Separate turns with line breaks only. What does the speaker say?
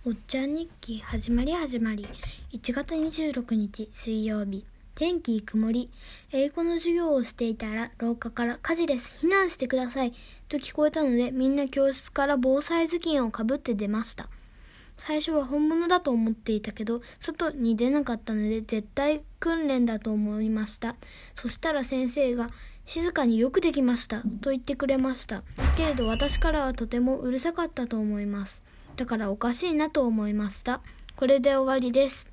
おっちゃん日記始まり1月26日水曜日。天気曇り。英語の授業をしていたら廊下から火事です、避難してくださいと聞こえたので、みんな教室から防災頭巾をかぶって出ました。最初は本物だと思っていたけど、外に出なかったので絶対訓練だと思いました。そしたら先生が静かによくできましたと言ってくれました。けれど私からはとてもうるさかったと思います。だからおかしいなと思いました。これで終わりです。